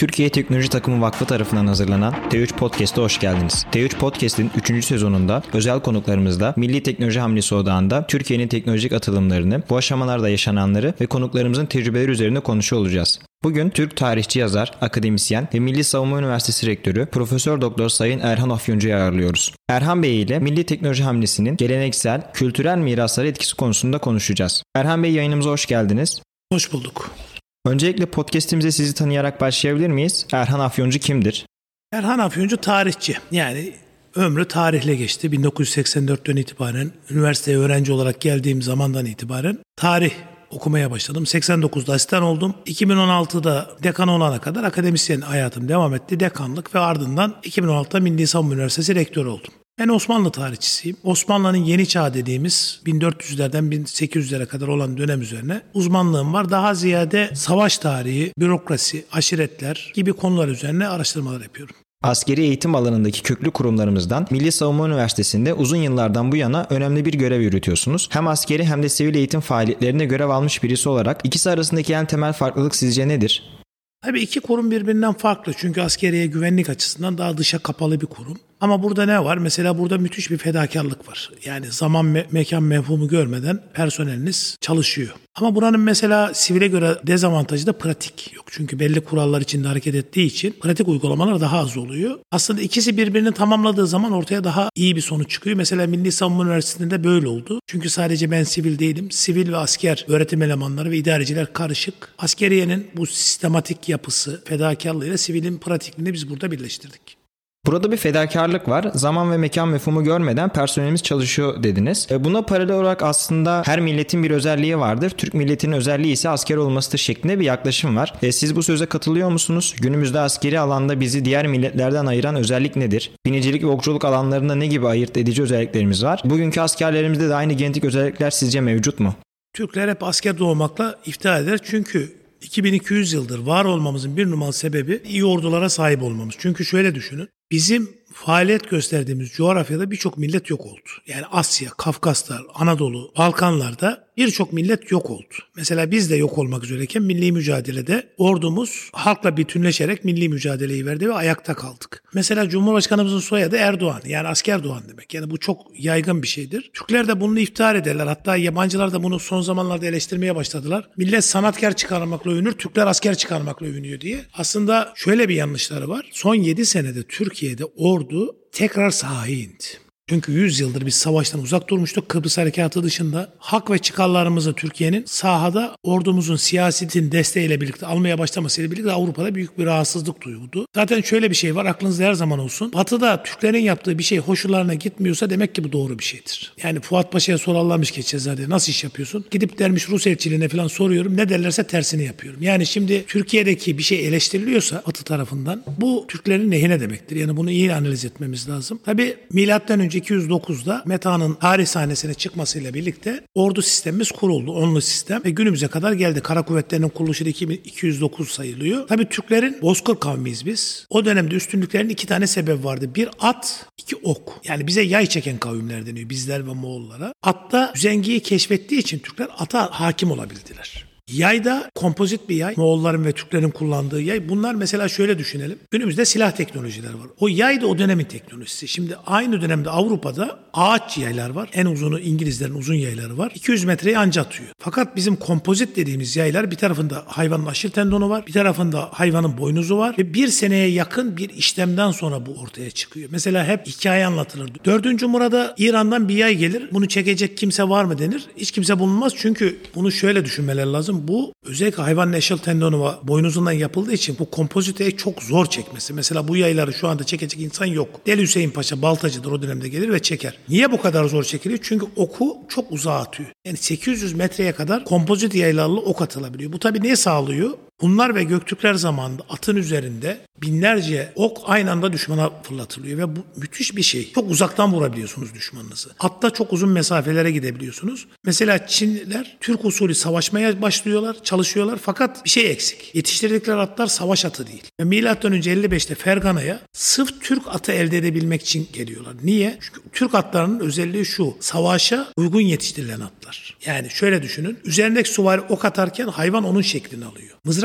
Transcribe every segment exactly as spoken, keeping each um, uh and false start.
Türkiye Teknoloji Takımı Vakfı tarafından hazırlanan T üç Podcast'a hoş geldiniz. T üç Podcast'in üçüncü sezonunda özel konuklarımızla Milli Teknoloji Hamlesi Odağı'nda Türkiye'nin teknolojik atılımlarını, bu aşamalarda yaşananları ve konuklarımızın tecrübeleri üzerine konuşuyor olacağız. Bugün Türk tarihçi yazar, akademisyen ve Milli Savunma Üniversitesi Rektörü Profesör Doktor Sayın Erhan Afyoncu'yu ağırlıyoruz. Erhan Bey ile Milli Teknoloji Hamlesi'nin geleneksel, kültürel miraslara etkisi konusunda konuşacağız. Erhan Bey, yayınımıza hoş geldiniz. Hoş bulduk. Öncelikle podcast'imize sizi tanıyarak başlayabilir miyiz? Erhan Afyoncu kimdir? Erhan Afyoncu tarihçi. Yani ömrü tarihle geçti. bin dokuz yüz seksen dörtten itibaren, üniversiteye öğrenci olarak geldiğim zamandan itibaren tarih okumaya başladım. seksen dokuzda asistan oldum. iki bin on altıda dekan olana kadar akademisyen hayatım devam etti. Dekanlık ve ardından iki bin on altıda Milli Savunma Üniversitesi rektörü oldum. Ben Osmanlı tarihçisiyim. Osmanlı'nın yeni çağ dediğimiz bin dört yüzlerden bin sekiz yüzlere kadar olan dönem üzerine uzmanlığım var. Daha ziyade savaş tarihi, bürokrasi, aşiretler gibi konular üzerine araştırmalar yapıyorum. Askeri eğitim alanındaki köklü kurumlarımızdan Milli Savunma Üniversitesi'nde uzun yıllardan bu yana önemli bir görev yürütüyorsunuz. Hem askeri hem de sivil eğitim faaliyetlerinde görev almış birisi olarak ikisi arasındaki en temel farklılık sizce nedir? Tabii iki kurum birbirinden farklı. Çünkü askeriye güvenlik açısından daha dışa kapalı bir kurum. Ama burada ne var? Mesela burada müthiş bir fedakarlık var. Yani zaman, me- mekan mefhumu görmeden personeliniz çalışıyor. Ama buranın mesela sivile göre dezavantajı da pratik yok. Çünkü belli kurallar içinde hareket ettiği için pratik uygulamalar daha az oluyor. Aslında ikisi birbirini tamamladığı zaman ortaya daha iyi bir sonuç çıkıyor. Mesela Milli Savunma Üniversitesi'nde böyle oldu. Çünkü sadece ben sivil değilim. Sivil ve asker öğretim elemanları ve idareciler karışık. Askeriyenin bu sistematik yapısı, fedakarlığıyla sivilin pratikliğini biz burada birleştirdik. Burada bir fedakarlık var. Zaman ve mekan mefhumu görmeden personelimiz çalışıyor dediniz. Buna paralel olarak aslında her milletin bir özelliği vardır. Türk milletinin özelliği ise asker olmasıdır şeklinde bir yaklaşım var. Siz bu söze katılıyor musunuz? Günümüzde askeri alanda bizi diğer milletlerden ayıran özellik nedir? Binicilik ve okçuluk alanlarında ne gibi ayırt edici özelliklerimiz var? Bugünkü askerlerimizde de aynı genetik özellikler sizce mevcut mu? Türkler hep asker doğmakla iftihar eder. Çünkü iki bin iki yüz yıldır var olmamızın bir numaralı sebebi iyi ordulara sahip olmamız. Çünkü şöyle düşünün. Bizim faaliyet gösterdiğimiz coğrafyada birçok millet yok oldu. Yani Asya, Kafkaslar, Anadolu, Balkanlarda birçok millet yok oldu. Mesela biz de yok olmak üzereyken milli mücadelede ordumuz halkla bütünleşerek milli mücadeleyi verdi ve ayakta kaldık. Mesela Cumhurbaşkanımızın soyadı Erdoğan, yani asker Doğan demek. Yani bu çok yaygın bir şeydir. Türkler de bunu iftihar ederler. Hatta yabancılar da bunu son zamanlarda eleştirmeye başladılar. Millet sanatkar çıkarmakla övünür, Türkler asker çıkarmakla övünüyor diye. Aslında şöyle bir yanlışları var. Son yedi senede Türkiye'de ordu tekrar sahaya indi. Çünkü yüz yıldır biz savaştan uzak durmuştuk. Kıbrıs Harekatı dışında hak ve çıkarlarımızı Türkiye'nin sahada ordumuzun siyasetin desteğiyle birlikte almaya başlamasıyla birlikte Avrupa'da büyük bir rahatsızlık duyuldu. Zaten şöyle bir şey var, aklınızda her zaman olsun. Batı'da Türklerin yaptığı bir şey hoşlarına gitmiyorsa demek ki bu doğru bir şeydir. Yani Fuat Paşa'ya sorarlarmış ki Cezayir'de nasıl iş yapıyorsun? Gidip dermiş Rus elçiliğine falan soruyorum. Ne derlerse tersini yapıyorum. Yani şimdi Türkiye'deki bir şey eleştiriliyorsa Batı tarafından bu Türklerin lehine demektir. Yani bunu iyi analiz etmemiz lazım. Tabii milattan önce iki yüz dokuzda Meta'nın tarih sahnesine çıkmasıyla birlikte ordu sistemimiz kuruldu. Onlu sistem ve günümüze kadar geldi. Kara kuvvetlerinin kuruluşu da iki yüz dokuz sayılıyor. Tabii Türklerin bozkır kavmiyiz biz. O dönemde üstünlüklerin iki tane sebebi vardı. Bir at, iki ok. Yani bize yay çeken kavimler deniyor bizler ve Moğollara. Atta üzengiyi keşfettiği için Türkler ata hakim olabildiler. Yay da kompozit bir yay. Moğolların ve Türklerin kullandığı yay. Bunlar mesela şöyle düşünelim. Günümüzde silah teknolojiler var. O yay da o dönemin teknolojisi. Şimdi aynı dönemde Avrupa'da ağaç yaylar var. En uzunu İngilizlerin uzun yayları var. iki yüz metreyi anca atıyor. Fakat bizim kompozit dediğimiz yaylar bir tarafında hayvanın aşil tendonu var. Bir tarafında hayvanın boynuzu var. Ve bir seneye yakın bir işlemden sonra bu ortaya çıkıyor. Mesela hep hikaye anlatılır. Dördüncü Murad'a İran'dan bir yay gelir. Bunu çekecek kimse var mı denir. Hiç kimse bulunmaz. Çünkü bunu şöyle düşünmeler lazım. Bu özellikle hayvanın eşil tendonu ve boynuzundan yapıldığı için bu kompoziteyi çok zor çekmesi. Mesela bu yayları şu anda çekecek insan yok. Deli Hüseyin Paşa baltacıdır, o dönemde gelir ve çeker. Niye bu kadar zor çekiliyor? Çünkü oku çok uzağa atıyor. Yani sekiz yüz metreye kadar kompozit yaylarla ok atılabiliyor. Bu tabii ne sağlıyor? Hunlar ve Göktürkler zamanında atın üzerinde binlerce ok aynı anda düşmana fırlatılıyor ve bu müthiş bir şey. Çok uzaktan vurabiliyorsunuz düşmanınızı. Atta çok uzun mesafelere gidebiliyorsunuz. Mesela Çinliler Türk usulü savaşmaya başlıyorlar, çalışıyorlar fakat bir şey eksik. Yetiştirdikleri atlar savaş atı değil. Ve milattan önce elli beşte Fergana'ya sırf Türk atı elde edebilmek için geliyorlar. Niye? Çünkü Türk atlarının özelliği şu: savaşa uygun yetiştirilen atlar. Yani şöyle düşünün. Üzerindeki süvari ok atarken hayvan onun şeklini alıyor. Mızrak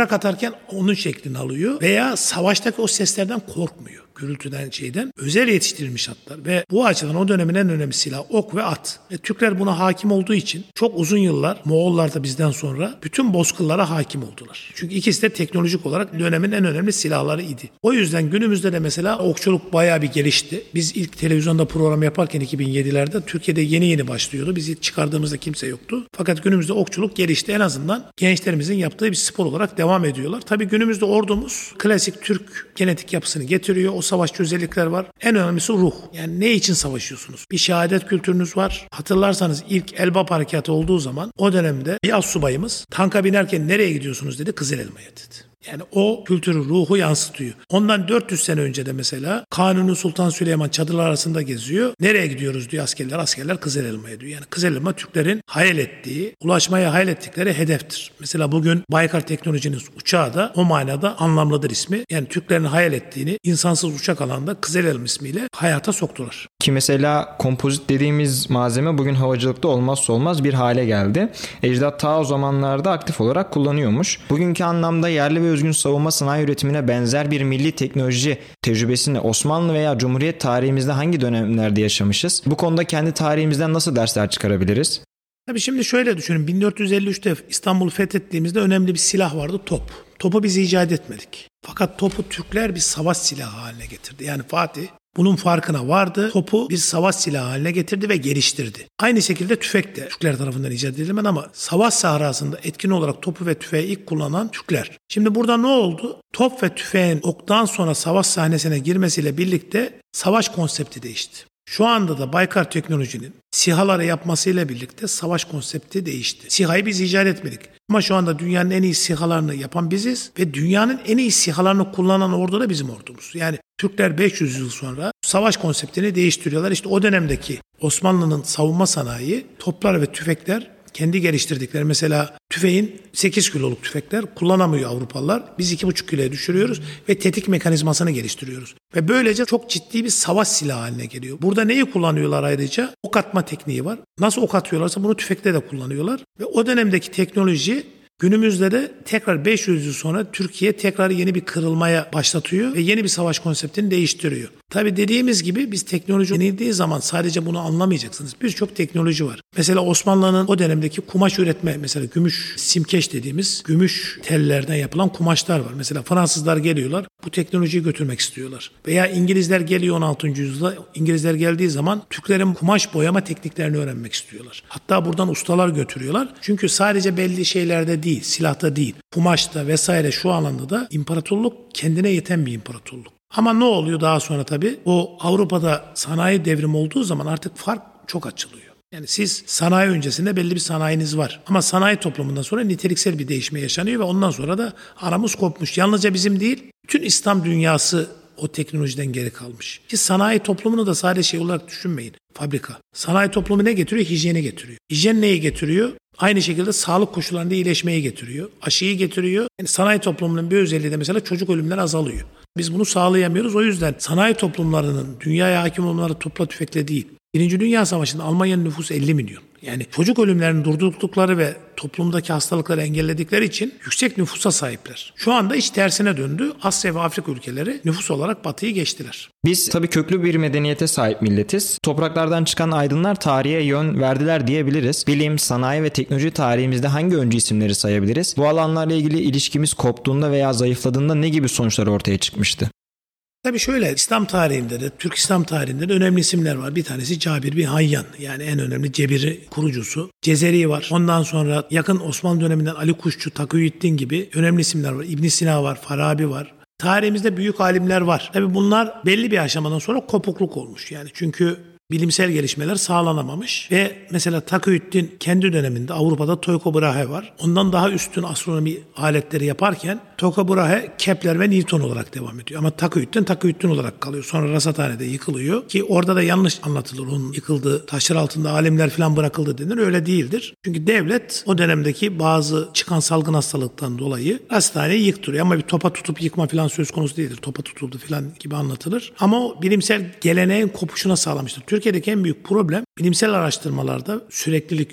toprak atarken onun şeklini alıyor veya savaştaki o seslerden korkmuyor. Gürültüden şeyden özel yetiştirilmiş atlar ve bu açıdan o dönemin en önemli silahı ok ve at. Ve Türkler buna hakim olduğu için çok uzun yıllar Moğollar da bizden sonra bütün bozkırlara hakim oldular. Çünkü ikisi de teknolojik olarak dönemin en önemli silahları idi. O yüzden günümüzde de mesela okçuluk bayağı bir gelişti. Biz ilk televizyonda program yaparken iki bin yedilerde Türkiye'de yeni yeni başlıyordu. Biz ilk çıkardığımızda kimse yoktu. Fakat günümüzde okçuluk gelişti. En azından gençlerimizin yaptığı bir spor olarak devam ediyorlar. Tabii günümüzde ordumuz klasik Türk genetik yapısını getiriyor. O savaşçı özellikler var. En önemlisi ruh. Yani ne için savaşıyorsunuz? Bir şehadet kültürünüz var. Hatırlarsanız ilk Elbap Harekatı olduğu zaman o dönemde bir astsubayımız tanka binerken nereye gidiyorsunuz dedi, Kızılelma'ya dedi. Yani o kültürü, ruhu yansıtıyor. Ondan dört yüz sene önce de mesela Kanuni Sultan Süleyman çadırlar arasında geziyor. Nereye gidiyoruz diyor askerler. Askerler Kızılelma'ya diyor. Yani Kızılelma Türklerin hayal ettiği, ulaşmaya hayal ettikleri hedeftir. Mesela bugün Baykar Teknoloji'nin uçağı da o manada anlamlıdır ismi. Yani Türklerin hayal ettiğini insansız uçak alanda Kızılelma ismiyle hayata soktular. Ki mesela kompozit dediğimiz malzeme bugün havacılıkta olmazsa olmaz bir hale geldi. Ecdat ta o zamanlarda aktif olarak kullanıyormuş. Bugünkü anlamda yerli ve özgün savunma sanayi üretimine benzer bir milli teknoloji tecrübesini Osmanlı veya Cumhuriyet tarihimizde hangi dönemlerde yaşamışız? Bu konuda kendi tarihimizden nasıl dersler çıkarabiliriz? Tabii şimdi şöyle düşünün. bin dört yüz elli üçte İstanbul'u fethettiğimizde önemli bir silah vardı, top. Topu biz icat etmedik. Fakat topu Türkler bir savaş silahı haline getirdi. Yani Fatih bunun farkına vardı. Topu bir savaş silahı haline getirdi ve geliştirdi. Aynı şekilde tüfek de Türkler tarafından icat edilmedi ama savaş sahrasında etkin olarak topu ve tüfeği ilk kullanan Türkler. Şimdi burada ne oldu? Top ve tüfeğin oktan sonra savaş sahnesine girmesiyle birlikte savaş konsepti değişti. Şu anda da Baykar Teknoloji'nin SİHA'ları yapmasıyla birlikte savaş konsepti değişti. SİHA'yı biz icat etmedik. Ama şu anda dünyanın en iyi SİHA'larını yapan biziz ve dünyanın en iyi SİHA'larını kullanan ordu da bizim ordumuz. Yani Türkler beş yüz yıl sonra savaş konseptini değiştiriyorlar. İşte o dönemdeki Osmanlı'nın savunma sanayi, toplar ve tüfekler kendi geliştirdikleri, mesela tüfeğin sekiz kiloluk tüfekler kullanamıyor Avrupalılar. Biz iki buçuk kiloya düşürüyoruz ve tetik mekanizmasını geliştiriyoruz. Ve böylece çok ciddi bir savaş silahı haline geliyor. Burada neyi kullanıyorlar ayrıca? Ok atma tekniği var. Nasıl ok atıyorlarsa bunu tüfekte de kullanıyorlar. Ve o dönemdeki teknoloji günümüzde de tekrar beş yüz yıl sonra Türkiye tekrar yeni bir kırılmaya başlatıyor ve yeni bir savaş konseptini değiştiriyor. Tabii dediğimiz gibi biz teknoloji yenildiği zaman sadece bunu anlamayacaksınız. Birçok teknoloji var. Mesela Osmanlı'nın o dönemdeki kumaş üretme, mesela gümüş simkeş dediğimiz gümüş tellerden yapılan kumaşlar var. Mesela Fransızlar geliyorlar, bu teknolojiyi götürmek istiyorlar. Veya İngilizler geliyor on altıncı yüzyılda. İngilizler geldiği zaman Türklerin kumaş boyama tekniklerini öğrenmek istiyorlar. Hatta buradan ustalar götürüyorlar. Çünkü sadece belli şeylerde değil, silahta değil, kumaşta vesaire şu alanda da imparatorluk kendine yeten bir imparatorluk. Ama ne oluyor daha sonra tabii? O Avrupa'da sanayi devrimi olduğu zaman artık fark çok açılıyor. Yani siz sanayi öncesinde belli bir sanayiniz var. Ama sanayi toplumundan sonra niteliksel bir değişme yaşanıyor ve ondan sonra da aramız kopmuş. Yalnızca bizim değil, bütün İslam dünyası o teknolojiden geri kalmış. Ki sanayi toplumunu da sadece şey olarak düşünmeyin. Fabrika. Sanayi toplumu ne getiriyor? Hijyeni getiriyor. Hijyen neyi getiriyor? Aynı şekilde sağlık koşullarında iyileşmeyi getiriyor. Aşıyı getiriyor. Yani sanayi toplumunun bir özelliği de mesela çocuk ölümleri azalıyor. Biz bunu sağlayamıyoruz. O yüzden sanayi toplumlarının dünyaya hakim olmaları topla tüfekle değil. Birinci Dünya Savaşı'nda Almanya'nın nüfusu elli milyon. Yani çocuk ölümlerini durdurdukları ve toplumdaki hastalıkları engelledikleri için yüksek nüfusa sahipler. Şu anda iş tersine döndü. Asya ve Afrika ülkeleri nüfus olarak batıyı geçtiler. Biz tabii köklü bir medeniyete sahip milletiz. Topraklardan çıkan aydınlar tarihe yön verdiler diyebiliriz. Bilim, sanayi ve teknoloji tarihimizde hangi öncü isimleri sayabiliriz? Bu alanlarla ilgili ilişkimiz koptuğunda veya zayıfladığında ne gibi sonuçlar ortaya çıkmıştı? Tabii şöyle, İslam tarihinde de, Türk İslam tarihinde de önemli isimler var. Bir tanesi Cabir bin Hayyan, yani en önemli Cebiri kurucusu. Cezeri var. Ondan sonra yakın Osmanlı döneminden Ali Kuşçu, Takiyüddin gibi önemli isimler var. İbn Sina var, Farabi var. Tarihimizde büyük alimler var. Tabii bunlar belli bir aşamadan sonra kopukluk olmuş. Yani çünkü bilimsel gelişmeler sağlanamamış ve mesela Takiyüddin kendi döneminde Avrupa'da Tycho Brahe var. Ondan daha üstün astronomi aletleri yaparken Tycho Brahe Kepler ve Newton olarak devam ediyor. Ama Takiyüddin Takiyüddin olarak kalıyor. Sonra rasathanede yıkılıyor ki orada da yanlış anlatılır. Onun yıkıldığı, taşlar altında alimler falan bırakıldı denir. Öyle değildir. Çünkü devlet o dönemdeki bazı çıkan salgın hastalıktan dolayı rasathaneyi yıktırıyor. Ama bir topa tutup yıkma falan söz konusu değildir. Topa tutuldu falan gibi anlatılır. Ama o bilimsel geleneğin kopuşuna sağlamıştır. Türkiye'deki en büyük problem bilimsel araştırmalarda süreklilik yok.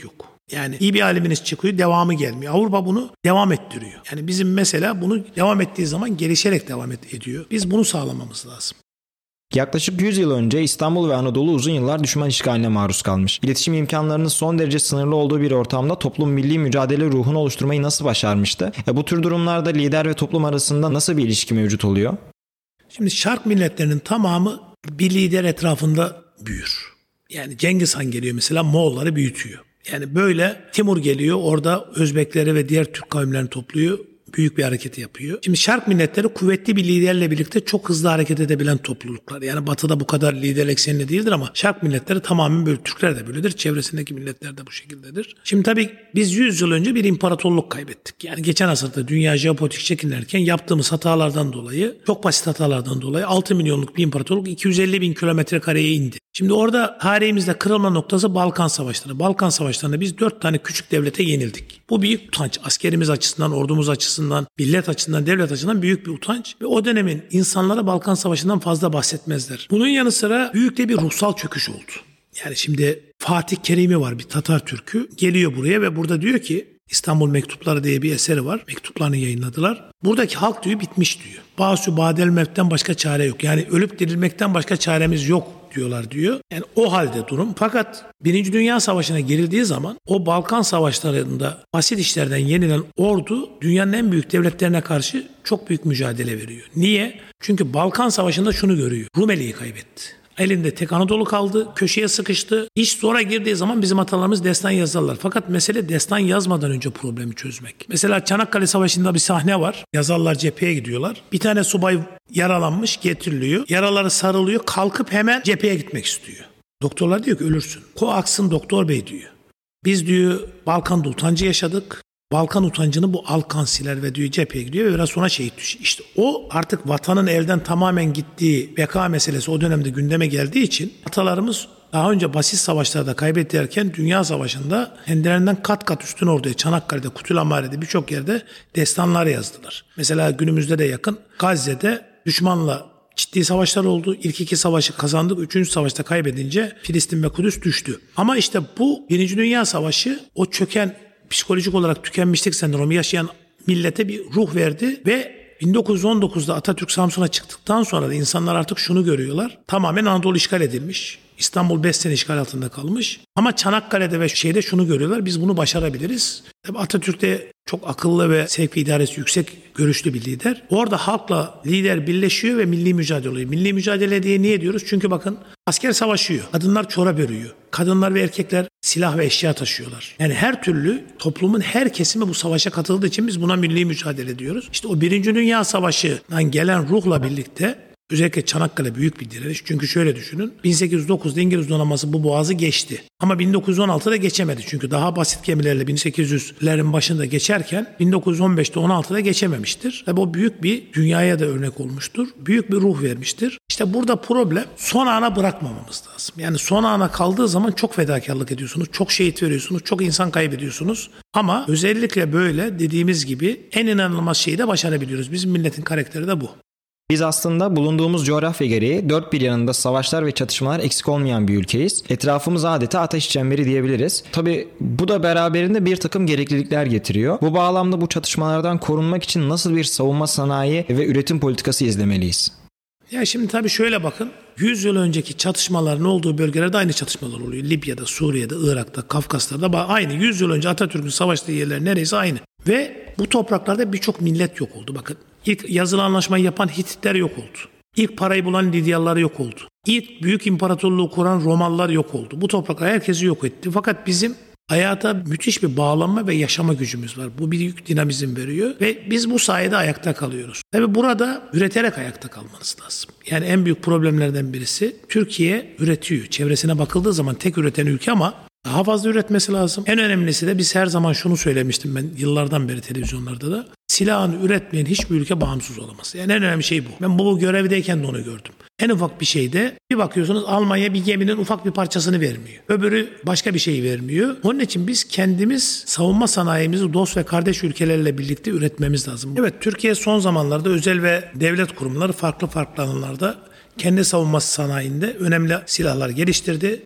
Yani iyi bir aliminiz çıkıyor, devamı gelmiyor. Avrupa bunu devam ettiriyor. Yani bizim mesela bunu devam ettiği zaman gelişerek devam ediyor. Biz bunu sağlamamız lazım. Yaklaşık yüz yıl önce İstanbul ve Anadolu uzun yıllar düşman işgaline maruz kalmış. İletişim imkanlarının son derece sınırlı olduğu bir ortamda toplum milli mücadele ruhunu oluşturmayı nasıl başarmıştı? E bu tür durumlarda lider ve toplum arasında nasıl bir ilişki mevcut oluyor? Şimdi Şark milletlerinin tamamı bir lider etrafında büyür. Yani Cengiz Han geliyor mesela, Moğolları büyütüyor. Yani böyle Timur geliyor, orada Özbekleri ve diğer Türk kavimlerini topluyor. Büyük bir hareketi yapıyor. Şimdi Şark milletleri kuvvetli bir liderle birlikte çok hızlı hareket edebilen topluluklar. Yani Batı'da bu kadar lider eksenli değildir ama Şark milletleri tamamen böyle. Türkler de böyledir. Çevresindeki milletler de bu şekildedir. Şimdi tabii biz yüz yıl önce bir imparatorluk kaybettik. Yani geçen asırda dünya jeopolitik şekillenirken yaptığımız hatalardan dolayı, çok basit hatalardan dolayı altı milyonluk bir imparatorluk iki yüz elli bin kilometre kareye indi. Şimdi orada tarihimizde kırılma noktası Balkan Savaşları. Balkan Savaşları'nda biz dört tane küçük devlete yenildik. Bu büyük utanç. Askerimiz açısından, ordumuz açısından, millet açısından, devlet açısından büyük bir utanç. Ve o dönemin insanlara Balkan Savaşı'ndan fazla bahsetmezler. Bunun yanı sıra büyük de bir ruhsal çöküş oldu. Yani şimdi Fatih Kerimi var, bir Tatar Türk'ü. Geliyor buraya ve burada diyor ki, İstanbul Mektupları diye bir eseri var. Mektuplarını yayınladılar. Buradaki halk diyor bitmiş diyor. Bağsu badel mevtten başka çare yok. Yani ölüp dirilmekten başka çaremiz yok diyorlar diyor. Yani o halde durum. Fakat Birinci Dünya Savaşı'na girildiği zaman o Balkan Savaşları'nda basit işlerden yenilen ordu dünyanın en büyük devletlerine karşı çok büyük mücadele veriyor. Niye? Çünkü Balkan Savaşı'nda şunu görüyor. Rumeli'yi kaybetti. Elinde tek Anadolu kaldı, köşeye sıkıştı. İş zora girdiği zaman bizim atalarımız destan yazarlar. Fakat mesele destan yazmadan önce problemi çözmek. Mesela Çanakkale Savaşı'nda bir sahne var. Yazarlar cepheye gidiyorlar. Bir tane subay yaralanmış, getiriliyor. Yaraları sarılıyor, kalkıp hemen cepheye gitmek istiyor. Doktorlar diyor ki ölürsün. Ko aksın doktor bey diyor. Biz diyor Balkan'da utancı yaşadık. Balkan utancını bu Alkan siler ve diyor cepheye gidiyor ve biraz sonra şehit düşüyor. İşte o artık vatanın elden tamamen gittiği beka meselesi o dönemde gündeme geldiği için atalarımız daha önce basit savaşlarda kaybederken Dünya Savaşı'nda kendilerinden kat kat üstün orduya Çanakkale'de, Kutulamare'de birçok yerde destanlar yazdılar. Mesela günümüzde de yakın Gazze'de düşmanla ciddi savaşlar oldu. İlk iki savaşı kazandık. Üçüncü savaşta kaybedince Filistin ve Kudüs düştü. Ama işte bu Birinci Dünya Savaşı o çöken psikolojik olarak tükenmişlik sendromu yaşayan millete bir ruh verdi ve bin dokuz yüz on dokuzda Atatürk Samsun'a çıktıktan sonra da insanlar artık şunu görüyorlar. Tamamen Anadolu işgal edilmiş. İstanbul beş sene işgal altında kalmış. Ama Çanakkale'de ve şeyde şunu görüyorlar. Biz bunu başarabiliriz. Tabii Atatürk de çok akıllı ve sevk idaresi yüksek görüşlü bir lider. Orada halkla lider birleşiyor ve milli mücadele oluyor. Milli mücadele diye niye diyoruz? Çünkü bakın asker savaşıyor. Kadınlar çorap örüyor. Kadınlar ve erkekler silah ve eşya taşıyorlar. Yani her türlü toplumun her kesimi bu savaşa katıldığı için biz buna milli mücadele diyoruz. İşte o Birinci Dünya Savaşı'ndan gelen ruhla birlikte özellikle Çanakkale büyük bir direniş. Çünkü şöyle düşünün. bin sekiz yüz dokuzda İngiliz donanması bu boğazı geçti. Ama bin dokuz yüz on altıda geçemedi. Çünkü daha basit gemilerle bin sekiz yüzlerin başında geçerken bin dokuz yüz on beşte on altıda geçememiştir. Ve bu büyük bir dünyaya da örnek olmuştur. Büyük bir ruh vermiştir. İşte burada problem son ana bırakmamamız lazım. Yani son ana kaldığı zaman çok fedakarlık ediyorsunuz. Çok şehit veriyorsunuz. Çok insan kaybediyorsunuz. Ama özellikle böyle dediğimiz gibi en inanılmaz şeyi de başarabiliyoruz. Bizim milletin karakteri de bu. Biz aslında bulunduğumuz coğrafya gereği dört bir yanında savaşlar ve çatışmalar eksik olmayan bir ülkeyiz. Etrafımız adeta ateş çemberi diyebiliriz. Tabii bu da beraberinde bir takım gereklilikler getiriyor. Bu bağlamda bu çatışmalardan korunmak için nasıl bir savunma sanayi ve üretim politikası izlemeliyiz? Ya şimdi tabii şöyle bakın. yüz yıl önceki çatışmaların olduğu bölgelerde aynı çatışmalar oluyor. Libya'da, Suriye'de, Irak'ta, Kafkaslar'da aynı. yüz yıl önce Atatürk'ün savaştığı yerler neredeyse aynı. Ve bu topraklarda birçok millet yok oldu. Bakın ilk yazılı anlaşmayı yapan Hititler yok oldu. İlk parayı bulan Lidyalılar yok oldu. İlk büyük imparatorluğu kuran Romalılar yok oldu. Bu topraklar herkesi yok etti. Fakat bizim hayata müthiş bir bağlanma ve yaşama gücümüz var. Bu büyük dinamizm veriyor ve biz bu sayede ayakta kalıyoruz. Tabii burada üreterek ayakta kalmanız lazım. Yani en büyük problemlerden birisi Türkiye üretiyor. Çevresine bakıldığı zaman tek üreten ülke ama daha fazla üretmesi lazım. En önemlisi de biz her zaman şunu söylemiştim ben yıllardan beri televizyonlarda da. Silahını üretmeyen hiçbir ülke bağımsız olamaz. Yani en önemli şey bu. Ben bu görevdeyken de onu gördüm. En ufak bir şeyde bir bakıyorsunuz Almanya bir geminin ufak bir parçasını vermiyor. Öbürü başka bir şey vermiyor. Onun için biz kendimiz savunma sanayimizi dost ve kardeş ülkelerle birlikte üretmemiz lazım. Evet, Türkiye son zamanlarda özel ve devlet kurumları farklı farklı alanlarda kendi savunma sanayinde önemli silahlar geliştirdi.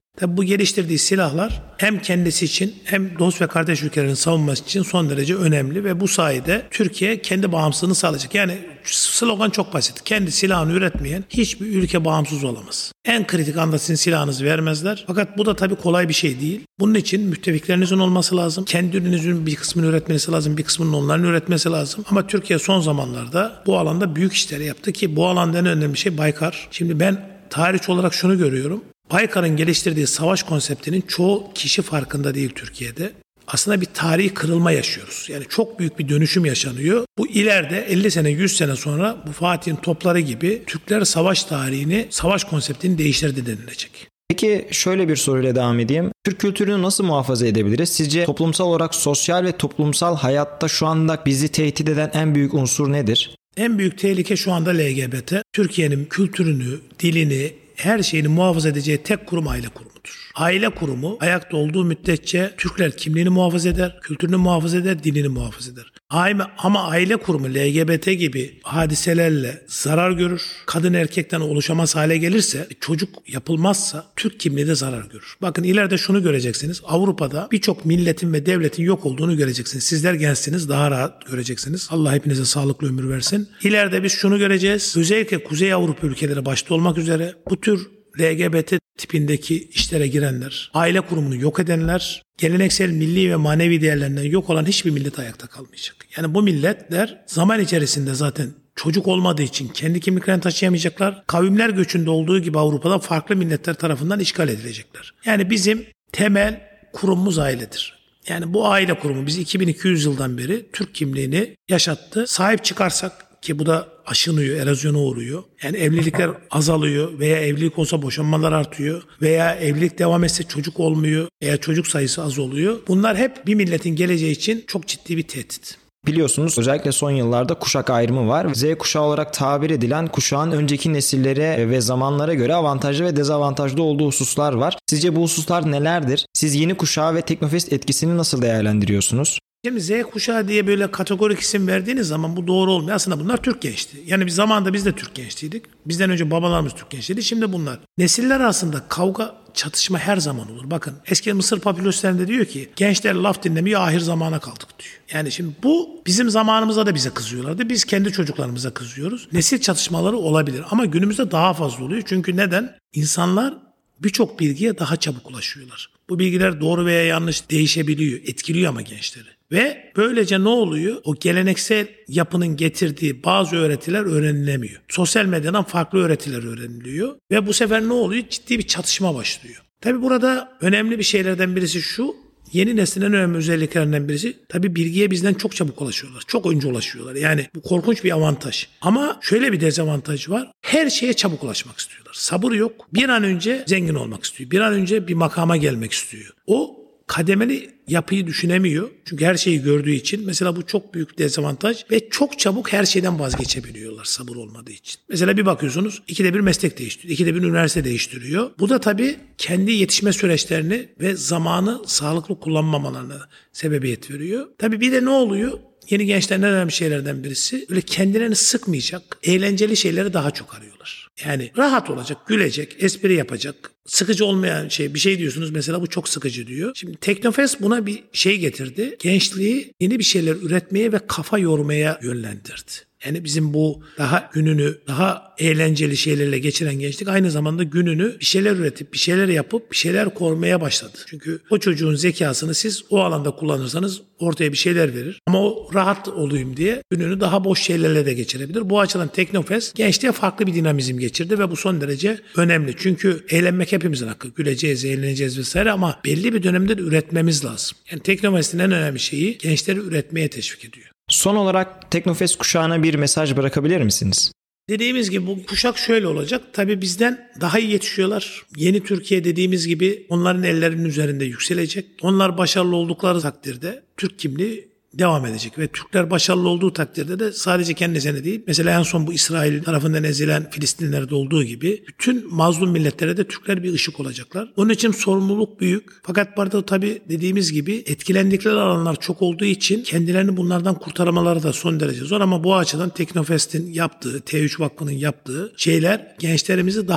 Tabi bu geliştirdiği silahlar hem kendisi için hem dost ve kardeş ülkelerin savunması için son derece önemli ve bu sayede Türkiye kendi bağımsızlığını sağlayacak. Yani slogan çok basit. Kendi silahını üretmeyen hiçbir ülke bağımsız olamaz. En kritik anda sizin silahınızı vermezler. Fakat bu da tabii kolay bir şey değil. Bunun için müttefiklerinizin olması lazım. Kendi ürününüzün bir kısmını üretmesi lazım. Bir kısmının onların üretmesi lazım. Ama Türkiye son zamanlarda bu alanda büyük işler yaptı ki bu alanda en önemli şey Baykar. Şimdi ben tarihçi olarak şunu görüyorum. Baykar'ın geliştirdiği savaş konseptinin çoğu kişi farkında değil Türkiye'de. Aslında bir tarihi kırılma yaşıyoruz. Yani çok büyük bir dönüşüm yaşanıyor. Bu ileride elli sene yüz sene sonra bu Fatih'in topları gibi Türkler savaş tarihini, savaş konseptini değiştirdi denilecek. Peki şöyle bir soruyla devam edeyim. Türk kültürünü nasıl muhafaza edebiliriz? Sizce toplumsal olarak sosyal ve toplumsal hayatta şu anda bizi tehdit eden en büyük unsur nedir? En büyük tehlike şu anda L G B T. Türkiye'nin kültürünü, dilini, her şeyini muhafaza edeceği tek kurum aile kurumudur. Aile kurumu ayakta olduğu müddetçe Türkler kimliğini muhafaza eder, kültürünü muhafaza eder, dilini muhafaza eder. Ama aile kurumu L G B T gibi hadiselerle zarar görür. Kadın erkekten oluşamaz hale gelirse, çocuk yapılmazsa Türk kimliği de zarar görür. Bakın ileride şunu göreceksiniz. Avrupa'da birçok milletin ve devletin yok olduğunu göreceksiniz. Sizler gençsiniz, daha rahat göreceksiniz. Allah hepinize sağlıklı ömür versin. İleride biz şunu göreceğiz. Özellikle Kuzey Avrupa ülkeleri başta olmak üzere bu tür L G B T tipindeki işlere girenler, aile kurumunu yok edenler, geleneksel milli ve manevi değerlerinden yok olan hiçbir millet ayakta kalmayacak. Yani bu milletler zaman içerisinde zaten çocuk olmadığı için kendi kimliklerini taşıyamayacaklar. Kavimler göçünde olduğu gibi Avrupa'da farklı milletler tarafından işgal edilecekler. Yani bizim temel kurumumuz ailedir. Yani bu aile kurumu biz iki bin iki yüz yıldan beri Türk kimliğini yaşattı. Sahip çıkarsak ki bu da aşınıyor, erozyona uğruyor. Yani evlilikler azalıyor veya evlilik olsa boşanmalar artıyor veya evlilik devam etse çocuk olmuyor veya çocuk sayısı az oluyor. Bunlar hep bir milletin geleceği için çok ciddi bir tehdit. Biliyorsunuz özellikle son yıllarda kuşak ayrımı var. Z kuşağı olarak tabir edilen kuşağın önceki nesillere ve zamanlara göre avantajlı ve dezavantajlı olduğu hususlar var. Sizce bu hususlar nelerdir? Siz yeni kuşağı ve Teknofest etkisini nasıl değerlendiriyorsunuz? Şimdi Z kuşağı diye böyle kategorik isim verdiğiniz zaman bu doğru olmuyor. Aslında bunlar Türk gençliği. Yani bir zamanda biz de Türk gençliğiydik. Bizden önce babalarımız Türk gençliğiydi. Şimdi bunlar. Nesiller arasında kavga, çatışma her zaman olur. Bakın eski Mısır papirüslerinde diyor ki gençler laf dinlemiyor, ahir zamana kaldık diyor. Yani şimdi bu bizim zamanımızda da bize kızıyorlardı. Biz kendi çocuklarımıza kızıyoruz. Nesil çatışmaları olabilir ama günümüzde daha fazla oluyor. Çünkü neden? İnsanlar birçok bilgiye daha çabuk ulaşıyorlar. Bu bilgiler doğru veya yanlış değişebiliyor, etkiliyor ama gençleri. Ve böylece ne oluyor? O geleneksel yapının getirdiği bazı öğretiler öğrenilemiyor. Sosyal medyadan farklı öğretiler öğreniliyor. Ve bu sefer ne oluyor? Ciddi bir çatışma başlıyor. Tabii burada önemli bir şeylerden birisi şu. Yeni neslin en önemli özelliklerinden birisi tabii bilgiye bizden çok çabuk ulaşıyorlar. Çok önce ulaşıyorlar. Yani bu korkunç bir avantaj. Ama şöyle bir dezavantaj var. Her şeye çabuk ulaşmak istiyorlar. Sabır yok. Bir an önce zengin olmak istiyor. Bir an önce bir makama gelmek istiyor. O kademeli yapıyı düşünemiyor. Çünkü her şeyi gördüğü için. Mesela bu çok büyük dezavantaj ve çok çabuk her şeyden vazgeçebiliyorlar sabır olmadığı için. Mesela bir bakıyorsunuz ikide bir meslek değiştiriyor. İkide bir üniversite değiştiriyor. Bu da tabii kendi yetişme süreçlerini ve zamanı sağlıklı kullanmamalarına sebebiyet veriyor. Tabii bir de ne oluyor? Yeni gençlerin en önemli şeylerden birisi öyle kendilerini sıkmayacak, eğlenceli şeyleri daha çok arıyorlar. Yani rahat olacak, gülecek, espri yapacak. Sıkıcı olmayan şey bir şey diyorsunuz mesela bu çok sıkıcı diyor. Şimdi Teknofest buna bir şey getirdi. Gençliği yeni bir şeyler üretmeye ve kafa yormaya yönlendirdi. Yani bizim bu daha gününü daha eğlenceli şeylerle geçiren gençlik aynı zamanda gününü bir şeyler üretip bir şeyler yapıp bir şeyler korumaya başladı. Çünkü o çocuğun zekasını siz o alanda kullanırsanız ortaya bir şeyler verir. Ama o rahat olayım diye gününü daha boş şeylerle de geçirebilir. Bu açıdan Teknofest gençliğe farklı bir dinamizm geçirdi ve bu son derece önemli. Çünkü eğlenmek hepimizin hakkı. Güleceğiz, eğleneceğiz vesaire ama belli bir dönemde de üretmemiz lazım. Yani Teknofest'in en önemli şeyi gençleri üretmeye teşvik ediyor. Son olarak Teknofest kuşağına bir mesaj bırakabilir misiniz? Dediğimiz gibi bu kuşak şöyle olacak. Tabii bizden daha iyi yetişiyorlar. Yeni Türkiye dediğimiz gibi onların ellerinin üzerinde yükselecek. Onlar başarılı oldukları takdirde Türk kimliği devam edecek ve Türkler başarılı olduğu takdirde de sadece kendisine değil, mesela en son bu İsrail tarafından ezilen Filistinlerde olduğu gibi bütün mazlum milletlere de Türkler bir ışık olacaklar. Onun için sorumluluk büyük. Fakat bu arada tabii dediğimiz gibi etkilendikleri alanlar çok olduğu için kendilerini bunlardan kurtarmaları da son derece zor ama bu açıdan Teknofest'in yaptığı, T üç Vakfı'nın yaptığı şeyler gençlerimizi daha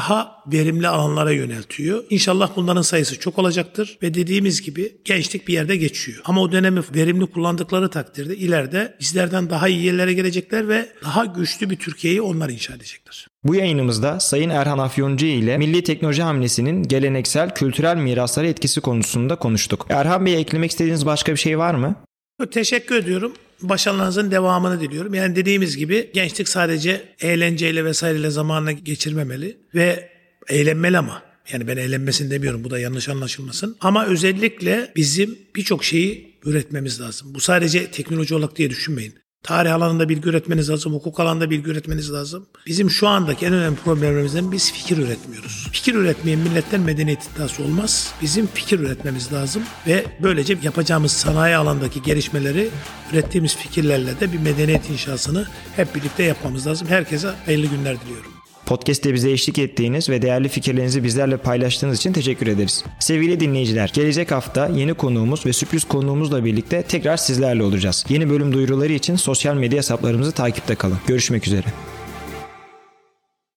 verimli alanlara yöneltiyor. İnşallah bunların sayısı çok olacaktır ve dediğimiz gibi gençlik bir yerde geçiyor. Ama o dönemi verimli kullandıkları takdirde ileride bizlerden daha iyi yerlere gelecekler ve daha güçlü bir Türkiye'yi onlar inşa edecekler. Bu yayınımızda Sayın Erhan Afyoncu ile Milli Teknoloji Hamlesi'nin geleneksel kültürel miraslara etkisi konusunda konuştuk. Erhan Bey, eklemek istediğiniz başka bir şey var mı? Teşekkür ediyorum. Başarılarınızın devamını diliyorum. Yani dediğimiz gibi gençlik sadece eğlenceyle vesaireyle zamanını geçirmemeli ve eğlenmeli ama. Yani ben eğlenmesin demiyorum, bu da yanlış anlaşılmasın. Ama özellikle bizim birçok şeyi üretmemiz lazım. Bu sadece teknoloji olarak diye düşünmeyin. Tarih alanında bilgi üretmeniz lazım, hukuk alanında bilgi üretmeniz lazım. Bizim şu andaki en önemli problemlerimizden biz fikir üretmiyoruz. Fikir üretmeyen milletten medeniyet iddiası olmaz. Bizim fikir üretmemiz lazım ve böylece yapacağımız sanayi alandaki gelişmeleri ürettiğimiz fikirlerle de bir medeniyet inşasını hep birlikte yapmamız lazım. Herkese hayırlı günler diliyorum. Podcast'te bize eşlik ettiğiniz ve değerli fikirlerinizi bizlerle paylaştığınız için teşekkür ederiz. Sevgili dinleyiciler, gelecek hafta yeni konuğumuz ve sürpriz konuğumuzla birlikte tekrar sizlerle olacağız. Yeni bölüm duyuruları için sosyal medya hesaplarımızı takipte kalın. Görüşmek üzere.